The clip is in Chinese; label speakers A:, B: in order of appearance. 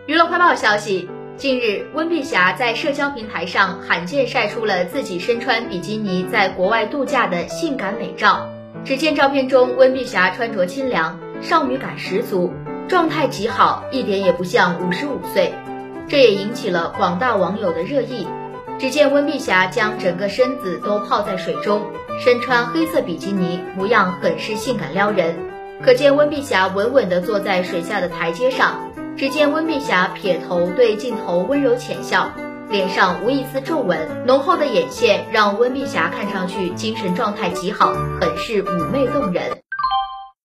A: 娱乐快报消息，近日温碧霞在社交平台上罕见晒出了自己身穿比基尼在国外度假的性感美照。只见照片中温碧霞穿着清凉，少女感十足，状态极好，一点也不像55岁。这也引起了广大网友的热议。只见温碧霞将整个身子都泡在水中，身穿黑色比基尼，模样很是性感撩人。可见温碧霞稳稳地坐在水下的台阶上。只见温碧霞撇头对镜头温柔浅笑，脸上无一丝皱纹，浓厚的眼线让温碧霞看上去精神状态极好，很是妩媚动人。